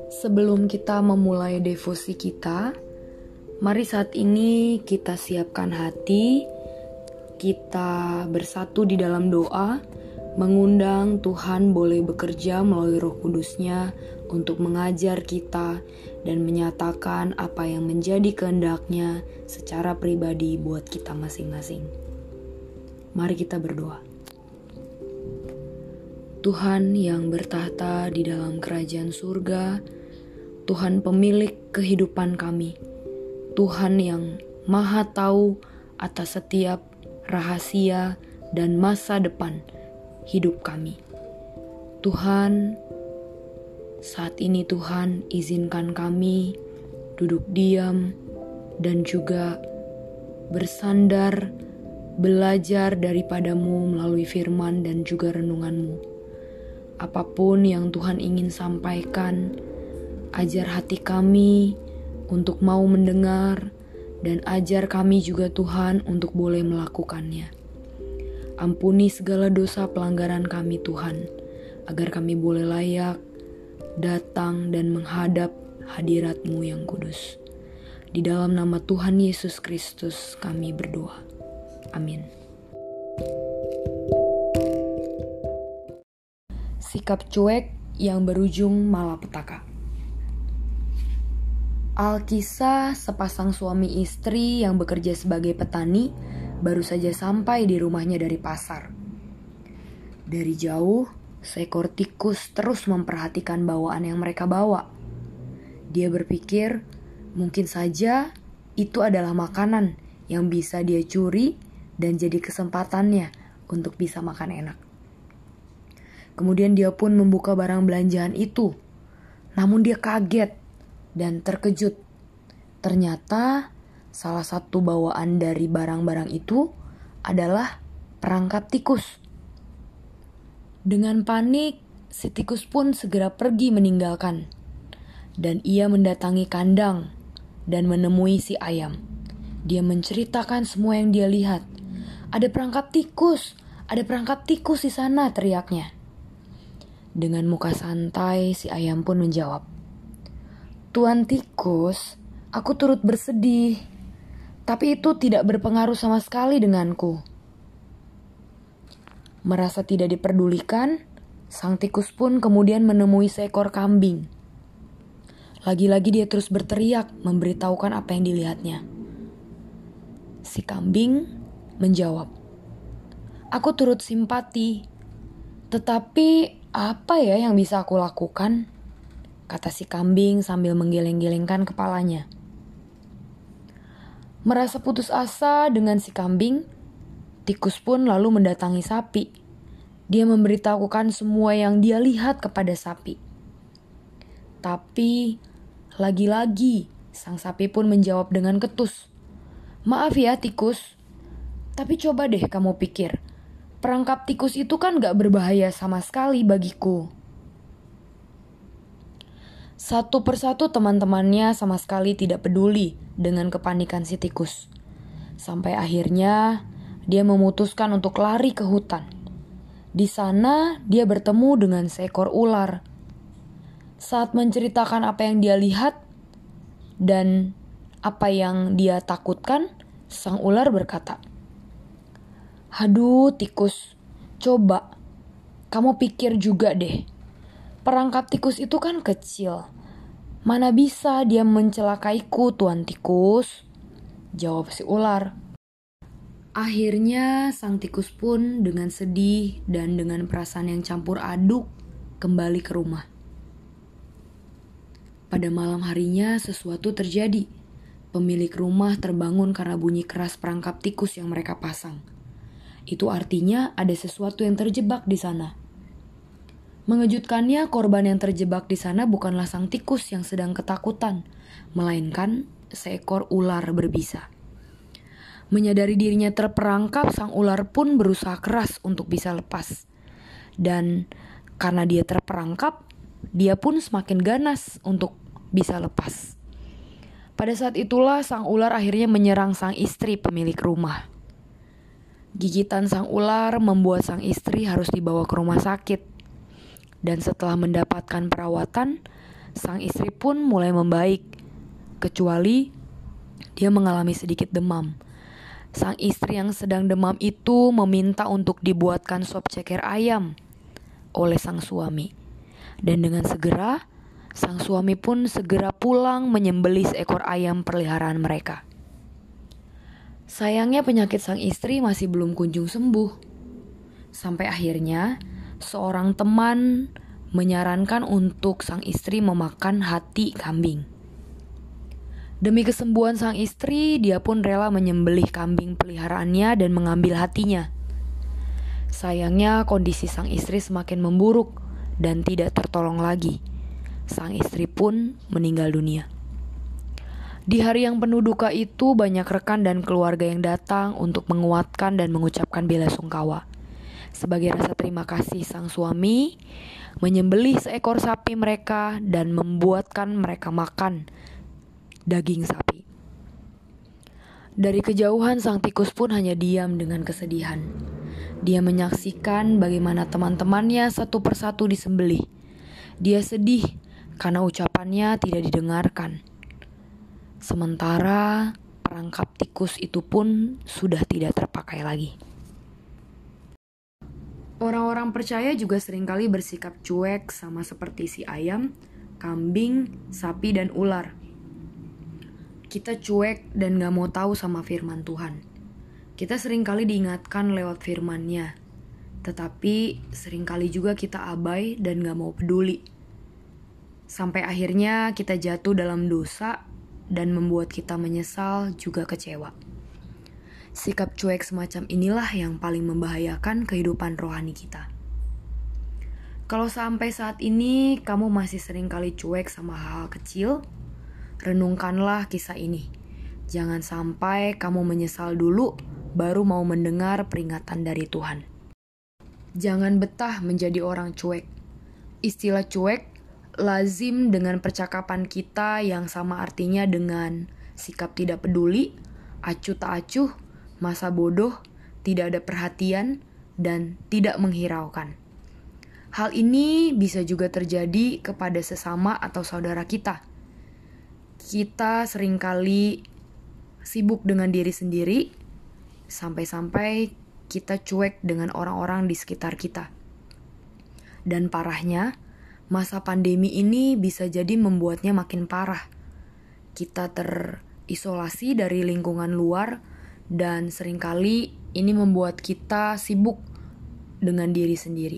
Sebelum kita memulai devosi kita, mari saat ini kita siapkan hati, kita bersatu di dalam doa, mengundang Tuhan boleh bekerja melalui Roh Kudus-Nya untuk mengajar kita dan menyatakan apa yang menjadi kehendak-Nya secara pribadi buat kita masing-masing. Mari kita berdoa. Tuhan yang bertahta di dalam kerajaan surga, Tuhan pemilik kehidupan kami, Tuhan yang maha tahu atas setiap rahasia dan masa depan hidup kami. Tuhan, saat ini Tuhan izinkan kami duduk diam dan juga bersandar, belajar daripada-Mu melalui firman dan juga renungan-Mu. Apapun yang Tuhan ingin sampaikan, ajar hati kami untuk mau mendengar, dan ajar kami juga Tuhan untuk boleh melakukannya. Ampuni segala dosa pelanggaran kami Tuhan, agar kami boleh layak datang dan menghadap hadirat-Mu yang kudus. Di dalam nama Tuhan Yesus Kristus kami berdoa. Amin. Sikap cuek yang berujung malapetaka. Alkisah sepasang suami istri yang bekerja sebagai petani baru saja sampai di rumahnya dari pasar. Dari jauh, seekor tikus terus memperhatikan bawaan yang mereka bawa. Dia berpikir mungkin saja itu adalah makanan yang bisa dia curi dan jadi kesempatannya untuk bisa makan enak. Kemudian dia pun membuka barang belanjaan itu. Namun dia kaget dan terkejut. Ternyata salah satu bawaan dari barang-barang itu adalah perangkap tikus. Dengan panik, si tikus pun segera pergi meninggalkan. Dan ia mendatangi kandang dan menemui si ayam. Dia menceritakan semua yang dia lihat. Ada perangkap tikus di sana, teriaknya. Dengan muka santai, si ayam pun menjawab, "Tuan tikus, aku turut bersedih, tapi itu tidak berpengaruh sama sekali denganku." Merasa tidak diperdulikan, sang tikus pun kemudian menemui seekor kambing. Lagi-lagi dia terus berteriak, memberitahukan apa yang dilihatnya. Si kambing menjawab, "Aku turut simpati, tetapi apa ya yang bisa aku lakukan?" kata si kambing sambil menggeleng-gelengkan kepalanya. Merasa putus asa dengan si kambing, tikus pun lalu mendatangi sapi. Dia memberitahukan semua yang dia lihat kepada sapi. Tapi lagi-lagi sang sapi pun menjawab dengan ketus, "Maaf ya tikus, tapi coba deh kamu pikir, perangkap tikus itu kan gak berbahaya sama sekali bagiku." Satu persatu teman-temannya sama sekali tidak peduli dengan kepanikan si tikus. Sampai akhirnya dia memutuskan untuk lari ke hutan. Di sana dia bertemu dengan seekor ular. Saat menceritakan apa yang dia lihat dan apa yang dia takutkan, sang ular berkata, "Haduh tikus, coba kamu pikir juga deh. Perangkap tikus itu kan kecil. Mana bisa dia mencelakaiku, Tuan tikus?" jawab si ular. Akhirnya sang tikus pun dengan sedih dan dengan perasaan yang campur aduk kembali ke rumah. Pada malam harinya sesuatu terjadi. Pemilik rumah terbangun karena bunyi keras perangkap tikus yang mereka pasang. Itu artinya ada sesuatu yang terjebak di sana. Mengejutkannya, korban yang terjebak di sana bukanlah sang tikus yang sedang ketakutan, melainkan seekor ular berbisa. Menyadari dirinya terperangkap, sang ular pun berusaha keras untuk bisa lepas. Dan karena dia terperangkap, dia pun semakin ganas untuk bisa lepas. Pada saat itulah sang ular akhirnya menyerang sang istri pemilik rumah. Gigitan sang ular membuat sang istri harus dibawa ke rumah sakit. Dan setelah mendapatkan perawatan, Sang istri pun mulai membaik, kecuali dia mengalami sedikit demam. Sang istri yang sedang demam itu meminta untuk dibuatkan sop ceker ayam oleh sang suami. Dan dengan segera, sang suami pun segera pulang menyembelih seekor ayam peliharaan mereka. Sayangnya penyakit sang istri masih belum kunjung sembuh. Sampai akhirnya, seorang teman menyarankan untuk sang istri memakan hati kambing. Demi kesembuhan sang istri, dia pun rela menyembelih kambing peliharaannya dan mengambil hatinya. Sayangnya kondisi sang istri semakin memburuk dan tidak tertolong lagi. Sang istri pun meninggal dunia. Di hari yang penuh duka itu, banyak rekan dan keluarga yang datang untuk menguatkan dan mengucapkan bela sungkawa. Sebagai rasa terima kasih, sang suami menyembelih seekor sapi mereka dan membuatkan mereka makan daging sapi. Dari kejauhan, sang tikus pun hanya diam dengan kesedihan. Dia menyaksikan bagaimana teman-temannya satu persatu disembelih. Dia sedih karena ucapannya tidak didengarkan. Sementara perangkap tikus itu pun sudah tidak terpakai lagi. Orang-orang percaya juga seringkali bersikap cuek sama seperti si ayam, kambing, sapi, dan ular. Kita cuek dan gak mau tahu sama firman Tuhan. Kita seringkali diingatkan lewat firman-Nya, tetapi seringkali juga kita abai dan gak mau peduli. Sampai akhirnya kita jatuh dalam dosa dan membuat kita menyesal juga kecewa. Sikap cuek semacam inilah yang paling membahayakan kehidupan rohani kita. Kalau sampai saat ini kamu masih seringkali cuek sama hal-hal kecil, renungkanlah kisah ini. Jangan sampai kamu menyesal dulu baru mau mendengar peringatan dari Tuhan. Jangan betah menjadi orang cuek. Istilah cuek lazim dengan percakapan kita yang sama artinya dengan sikap tidak peduli, acuh tak acuh, masa bodoh, tidak ada perhatian, dan tidak menghiraukan. Hal ini bisa juga terjadi kepada sesama atau saudara kita. Kita seringkali sibuk dengan diri sendiri, sampai-sampai kita cuek dengan orang-orang di sekitar kita. Dan parahnya, masa pandemi ini bisa jadi membuatnya makin parah. Kita terisolasi dari lingkungan luar dan seringkali ini membuat kita sibuk dengan diri sendiri.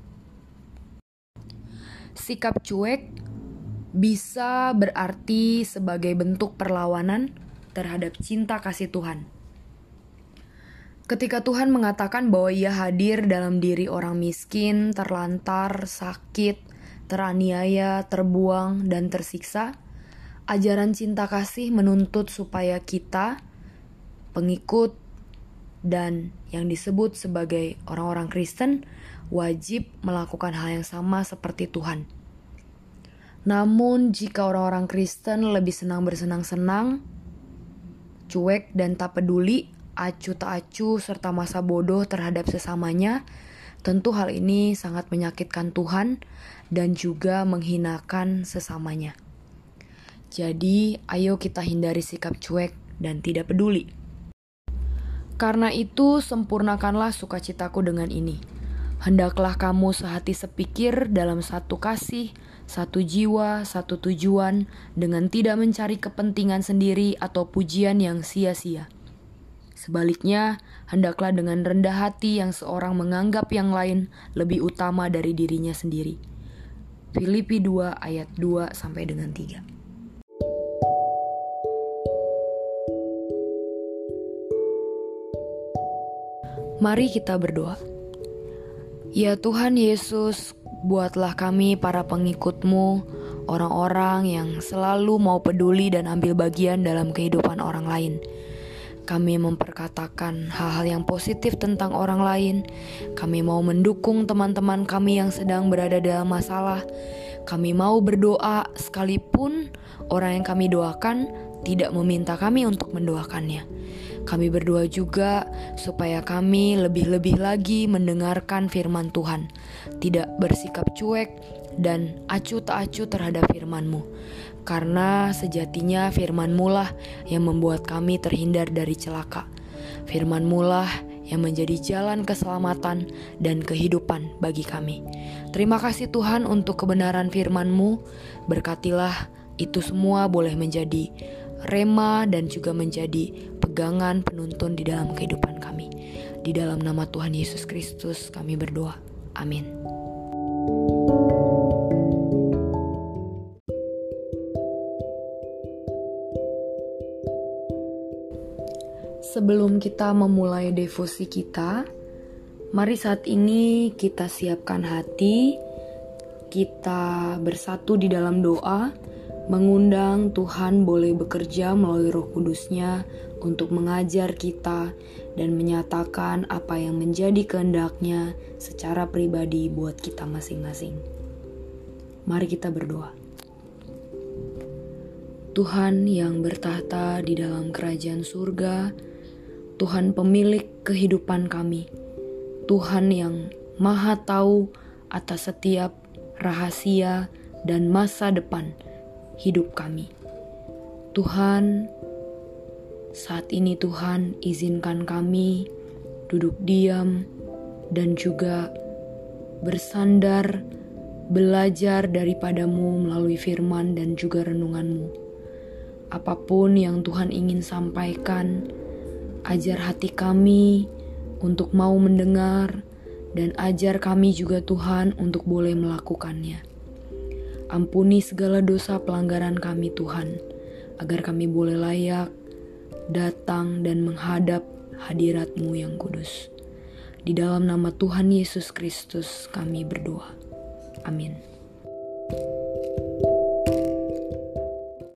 Sikap cuek bisa berarti sebagai bentuk perlawanan terhadap cinta kasih Tuhan. Ketika Tuhan mengatakan bahwa Ia hadir dalam diri orang miskin, terlantar, sakit, teraniaya, terbuang, dan tersiksa, ajaran cinta kasih menuntut supaya kita, pengikut, dan yang disebut sebagai orang-orang Kristen, wajib melakukan hal yang sama seperti Tuhan. Namun jika orang-orang Kristen lebih senang bersenang-senang, cuek dan tak peduli, acuh tak acuh, serta masa bodoh terhadap sesamanya, tentu hal ini sangat menyakitkan Tuhan dan juga menghinakan sesamanya. Jadi, ayo kita hindari sikap cuek dan tidak peduli. Karena itu, sempurnakanlah sukacitaku dengan ini. Hendaklah kamu sehati sepikir dalam satu kasih, satu jiwa, satu tujuan, dengan tidak mencari kepentingan sendiri atau pujian yang sia-sia. Sebaliknya, hendaklah dengan rendah hati yang seorang menganggap yang lain lebih utama dari dirinya sendiri. Filipi 2 ayat 2 sampai dengan 3. Mari kita berdoa. Ya Tuhan Yesus, buatlah kami para pengikut-Mu, orang-orang yang selalu mau peduli dan ambil bagian dalam kehidupan orang lain. Kami memperkatakan hal-hal yang positif tentang orang lain. Kami mau mendukung teman-teman kami yang sedang berada dalam masalah. Kami mau berdoa sekalipun orang yang kami doakan tidak meminta kami untuk mendoakannya. Kami berdoa juga supaya kami lebih-lebih lagi mendengarkan firman Tuhan, tidak bersikap cuek dan acuh tak acuh terhadap firman-Mu. Karena sejatinya firman-Mu lah yang membuat kami terhindar dari celaka. Firman-Mu lah yang menjadi jalan keselamatan dan kehidupan bagi kami. Terima kasih Tuhan untuk kebenaran firman-Mu. Berkatilah itu semua boleh menjadi rema dan juga menjadi pegangan penuntun di dalam kehidupan kami. Di dalam nama Tuhan Yesus Kristus kami berdoa. Amin. Sebelum kita memulai devosi kita, mari saat ini kita siapkan hati, kita bersatu di dalam doa, mengundang Tuhan boleh bekerja melalui Roh Kudus-Nya untuk mengajar kita dan menyatakan apa yang menjadi kehendak-Nya secara pribadi buat kita masing-masing. Mari kita berdoa. Tuhan yang bertahta di dalam kerajaan surga, Tuhan pemilik kehidupan kami, Tuhan yang Maha Tahu atas setiap rahasia dan masa depan hidup kami. Tuhan, saat ini Tuhan izinkan kami duduk diam dan juga bersandar, belajar daripada-Mu melalui firman dan juga renungan-Mu. Apapun yang Tuhan ingin sampaikan, ajar hati kami untuk mau mendengar dan ajar kami juga Tuhan untuk boleh melakukannya. Ampuni segala dosa pelanggaran kami Tuhan, agar kami boleh layak datang dan menghadap hadirat-Mu yang kudus. Di dalam nama Tuhan Yesus Kristus kami berdoa. Amin.